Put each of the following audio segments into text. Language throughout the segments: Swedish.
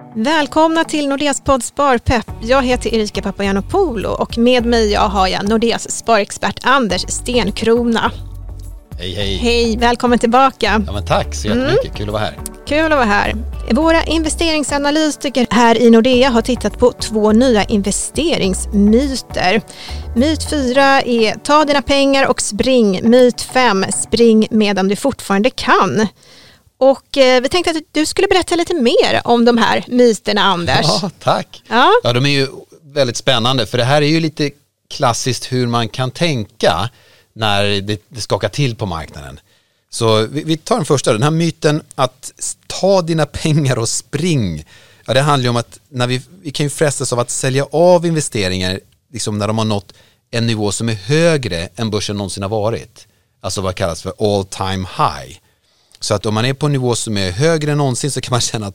Välkomna till Nordeas podd Sparpepp. Jag heter Erika Papagiannopoulou och med mig har jag Nordeas sparexpert Anders Stenkrona. Hej, hej. Hej, välkommen tillbaka. Ja, men tack så jättemycket. Kul att vara här. Kul att vara här. Våra investeringsanalytiker här i Nordea har tittat på 2 nya investeringsmyter. Myt 4 är ta dina pengar och spring. Myt 5, spring medan du fortfarande kan. Och vi tänkte att du skulle berätta lite mer om de här myterna, Anders. Ja, tack. Ja, de är ju väldigt spännande, för det här är ju lite klassiskt hur man kan tänka när det skakar till på marknaden. Så vi tar den första, den här myten att ta dina pengar och spring. Ja, det handlar ju om att när vi kan ju frestas av att sälja av investeringar liksom när de har nått en nivå som är högre än börsen någonsin har varit. Alltså vad kallas för all time high. Så att om man är på en nivå som är högre än någonsin så kan man känna att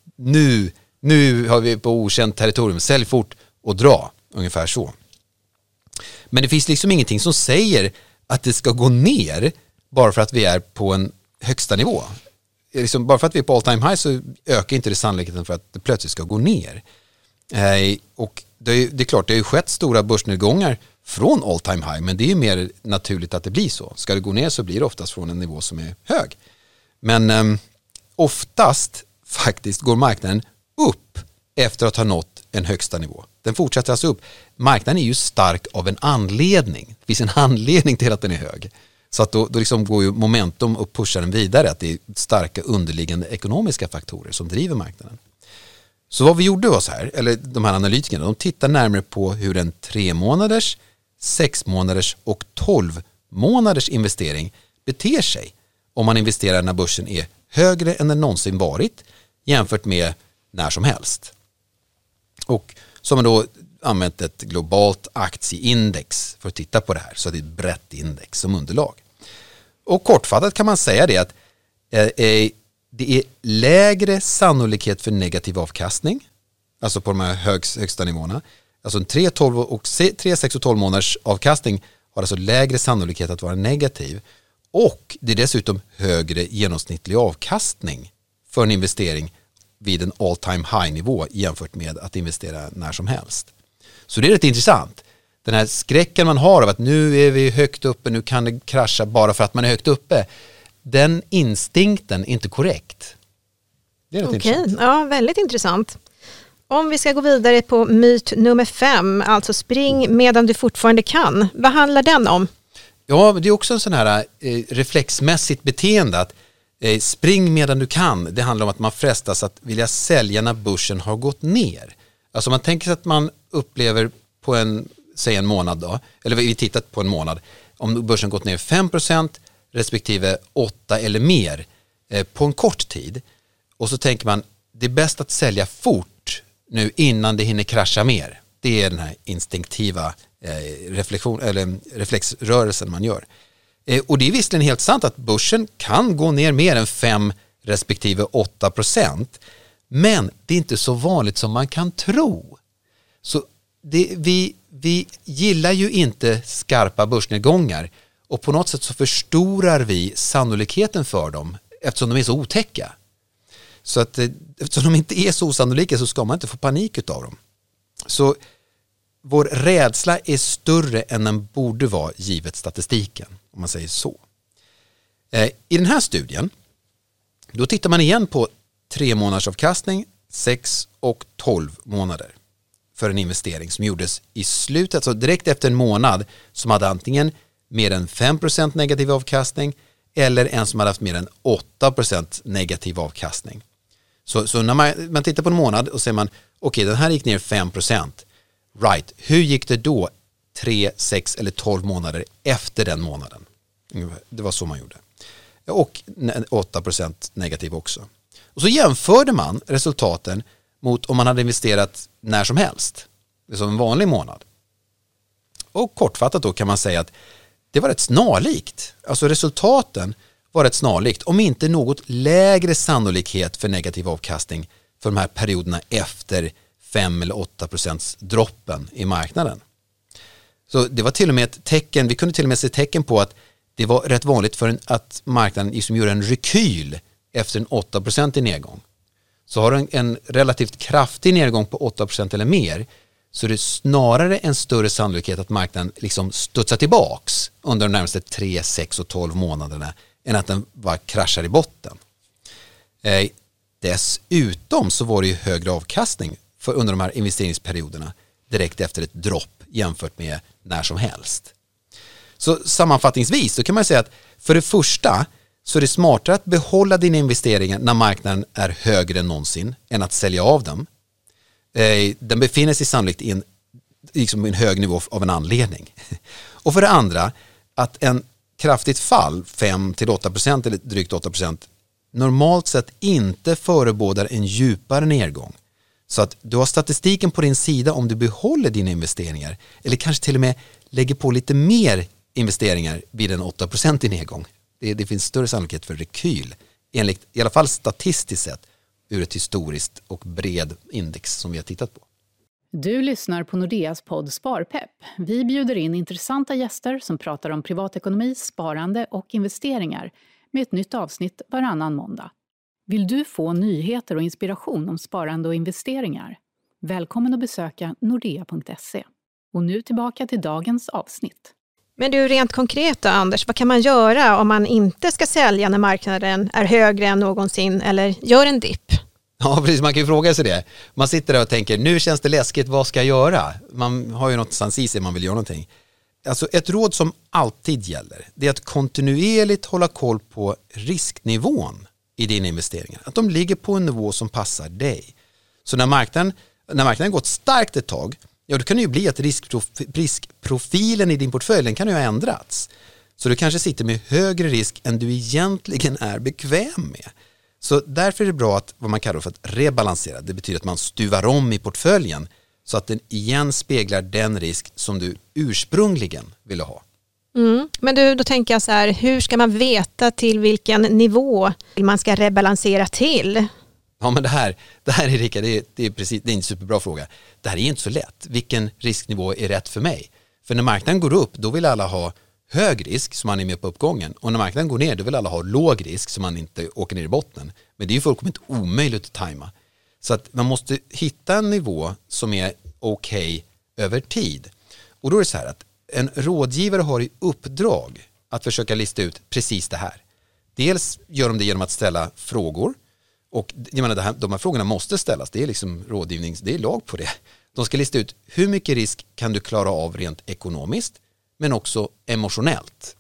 nu har vi på okänt territorium, sälj fort och dra, ungefär så. Men det finns liksom ingenting som säger att det ska gå ner bara för att vi är på en högsta nivå. Liksom bara för att vi är på all time high så ökar inte det sannolikheten för att det plötsligt ska gå ner. Och det är klart, det har ju skett stora börsnedgångar från all time high, men det är ju mer naturligt att det blir så. Ska det gå ner så blir det oftast från en nivå som är hög. Men oftast faktiskt går marknaden upp efter att ha nått en högsta nivå. Den fortsätter alltså upp. Marknaden är ju stark av en anledning. Det finns en anledning till att den är hög. Så att då liksom går ju momentum och pushar den vidare. Att det är starka underliggande ekonomiska faktorer som driver marknaden. Så vad vi gjorde var så här, eller de här analytikerna, de tittar närmare på hur en 3 månaders, 6 månaders och 12 månaders investering beter sig om man investerar när börsen är högre än den någonsin varit jämfört med när som helst. Och så har man då använt ett globalt aktieindex för att titta på det här, så det är ett brett index som underlag. Och kortfattat kan man säga det att det är lägre sannolikhet för negativ avkastning, alltså på de här högsta nivåerna. Alltså en 3, 6 och 12 månaders avkastning har alltså lägre sannolikhet att vara negativ. Och det är dessutom högre genomsnittlig avkastning för en investering vid en all time high nivå jämfört med att investera när som helst. Så det är rätt intressant. Den här skräcken man har av att nu är vi högt uppe, nu kan det krascha bara för att man är högt uppe. Den instinkten är inte korrekt. Det är rätt intressant. Ja, väldigt intressant. Om vi ska gå vidare på myt nummer 5, alltså spring medan du fortfarande kan. Vad handlar den om? Ja, det är också en sån här reflexmässigt beteende att spring medan du kan. Det handlar om att man frestas att vilja sälja när börsen har gått ner. Alltså man tänker sig att man upplever på säg en månad då, eller vi tittat på en månad, om börsen gått ner 5% respektive 8 eller mer på en kort tid. Och så tänker man, det är bäst att sälja fort nu innan det hinner krascha mer. Det är den här instinktiva reflexrörelsen man gör. Och det är visserligen helt sant att börsen kan gå ner mer än 5 respektive 8%, men det är inte så vanligt som man kan tro. Så vi gillar ju inte skarpa börsnedgångar, och på något sätt så förstorar vi sannolikheten för dem eftersom de är så otäcka. Så att eftersom de inte är så osannolika så ska man inte få panik utav dem. Så vår rädsla är större än den borde vara givet statistiken, om man säger så. I den här studien, då tittar man igen på 3 månaders avkastning, 6 och 12 månader för en investering som gjordes i slutet, alltså direkt efter en månad, som hade antingen mer än 5% negativ avkastning eller en som hade haft mer än 8% negativ avkastning. Så när man tittar på en månad och säger man, okej, den här gick ner 5%. Right, hur gick det då 3, 6 eller 12 månader efter den månaden? Det var så man gjorde. Och 8% negativ också. Och så jämförde man resultaten mot om man hade investerat när som helst. Som en vanlig månad. Och kortfattat då kan man säga att det var rätt snarlikt. Alltså resultaten var rätt snarlikt. Om inte något lägre sannolikhet för negativ avkastning för de här perioderna efter 5 eller 8% droppen i marknaden. Så det var till och med ett tecken, vi kunde till och med se tecken på att det var rätt vanligt för att marknaden liksom gjorde en rekyl efter en 8% i nedgång. Så har du en relativt kraftig nedgång på 8% eller mer, så är det snarare en större sannolikhet att marknaden liksom studsar tillbaks under de närmaste 3, 6 och 12 månaderna än att den bara kraschar i botten. Dessutom så var det ju högre avkastning under de här investeringsperioderna direkt efter ett dropp jämfört med när som helst. Så sammanfattningsvis så kan man säga att för det första så är det smartare att behålla dina investeringar när marknaden är högre än någonsin än att sälja av dem. Den befinner sig sannolikt i en hög nivå av en anledning. Och för det andra att en kraftigt fall, 5-8% eller drygt 8%, normalt sett inte förebådar en djupare nedgång. Så att du har statistiken på din sida om du behåller dina investeringar eller kanske till och med lägger på lite mer investeringar vid en 8% i nedgång. Det finns större sannolikhet för rekyl, enligt i alla fall statistiskt sett, ur ett historiskt och bred index som vi har tittat på. Du lyssnar på Nordeas podd Sparpepp. Vi bjuder in intressanta gäster som pratar om privatekonomi, sparande och investeringar med ett nytt avsnitt varannan måndag. Vill du få nyheter och inspiration om sparande och investeringar? Välkommen att besöka nordea.se. Och nu tillbaka till dagens avsnitt. Men du, rent konkret då, Anders, vad kan man göra om man inte ska sälja när marknaden är högre än någonsin eller gör en dipp? Ja, precis. Man kan ju fråga sig det. Man sitter där och tänker, nu känns det läskigt, vad ska jag göra? Man har ju någonstans i sig, man vill göra någonting. Alltså ett råd som alltid gäller, det är att kontinuerligt hålla koll på risknivån i dina investeringar. Att de ligger på en nivå som passar dig. Så när marknaden gått starkt ett tag, ja, då kan det ju bli att riskprofilen i din portfölj, den kan ju ha ändrats. Så du kanske sitter med högre risk än du egentligen är bekväm med. Så därför är det bra att vad man kallar för att rebalansera. Det betyder att man stuvar om i portföljen så att den igen speglar den risk som du ursprungligen ville ha. Men du, då tänker jag så här, hur ska man veta till vilken nivå man ska rebalansera till? Ja, men det här Erika, det är en superbra fråga. Det här är inte så lätt. Vilken risknivå är rätt för mig? För när marknaden går upp, då vill alla ha hög risk så man är med på uppgången. Och när marknaden går ner, då vill alla ha låg risk så man inte åker ner i botten. Men det är ju fullkomligt omöjligt att tajma. Så att man måste hitta en nivå som är okej över tid. Och då är det så här att en rådgivare har i uppdrag att försöka lista ut precis det här. Dels gör de det genom att ställa frågor. Och jag menar, de här frågorna måste ställas. Det är liksom rådgivning, det är lag på det. De ska lista ut hur mycket risk kan du klara av rent ekonomiskt, men också emotionellt.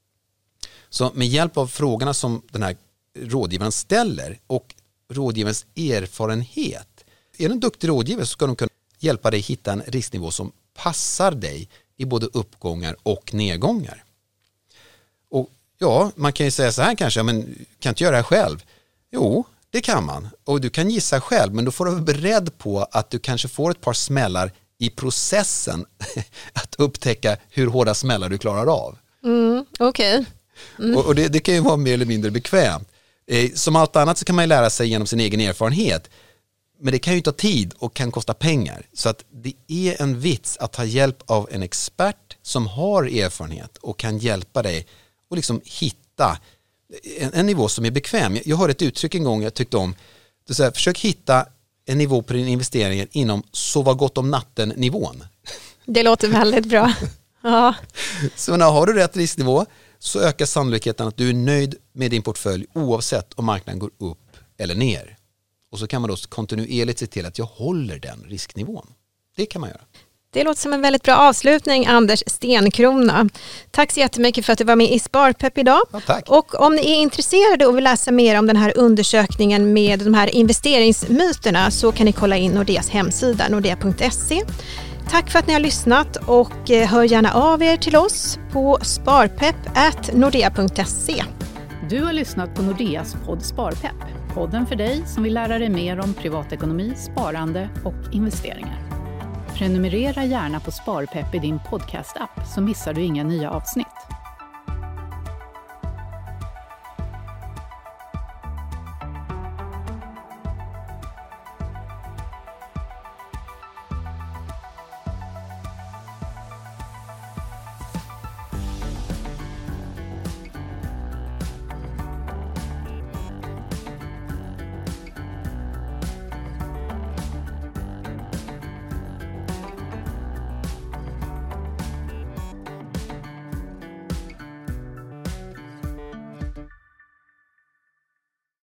Så med hjälp av frågorna som den här rådgivaren ställer och rådgivarens erfarenhet. Är du en duktig rådgivare så ska de kunna hjälpa dig hitta en risknivå som passar dig i både uppgångar och nedgångar. Och ja, man kan ju säga så här kanske, men kan inte göra det här själv? Jo, det kan man. Och du kan gissa själv, men då får du vara beredd på att du kanske får ett par smällar i processen att upptäcka hur hårda smällar du klarar av. Okej. Och det kan ju vara mer eller mindre bekvämt. Som allt annat så kan man ju lära sig genom sin egen erfarenhet. Men det kan ju ta tid och kan kosta pengar. Så att det är en vits att ta hjälp av en expert som har erfarenhet och kan hjälpa dig att liksom hitta en nivå som är bekväm. Jag hörde ett uttryck en gång jag tyckte om. Det är så här, försök hitta en nivå på din investeringar inom sova gott om natten-nivån. Det låter väldigt bra. Ja. Så när har du rätt risknivå så ökar sannolikheten att du är nöjd med din portfölj oavsett om marknaden går upp eller ner. Och så kan man då kontinuerligt se till att jag håller den risknivån. Det kan man göra. Det låter som en väldigt bra avslutning, Anders Stenkrona. Tack så jättemycket för att du var med i Sparpepp idag. Ja, tack. Och om ni är intresserade och vill läsa mer om den här undersökningen med de här investeringsmyterna så kan ni kolla in Nordeas hemsida, nordea.se. Tack för att ni har lyssnat och hör gärna av er till oss på sparpepp@nordea.se. Du har lyssnat på Nordeas podd Sparpepp. Podden för dig som vill lära dig mer om privatekonomi, sparande och investeringar. Prenumerera gärna på Sparpepp i din podcast-app så missar du inga nya avsnitt.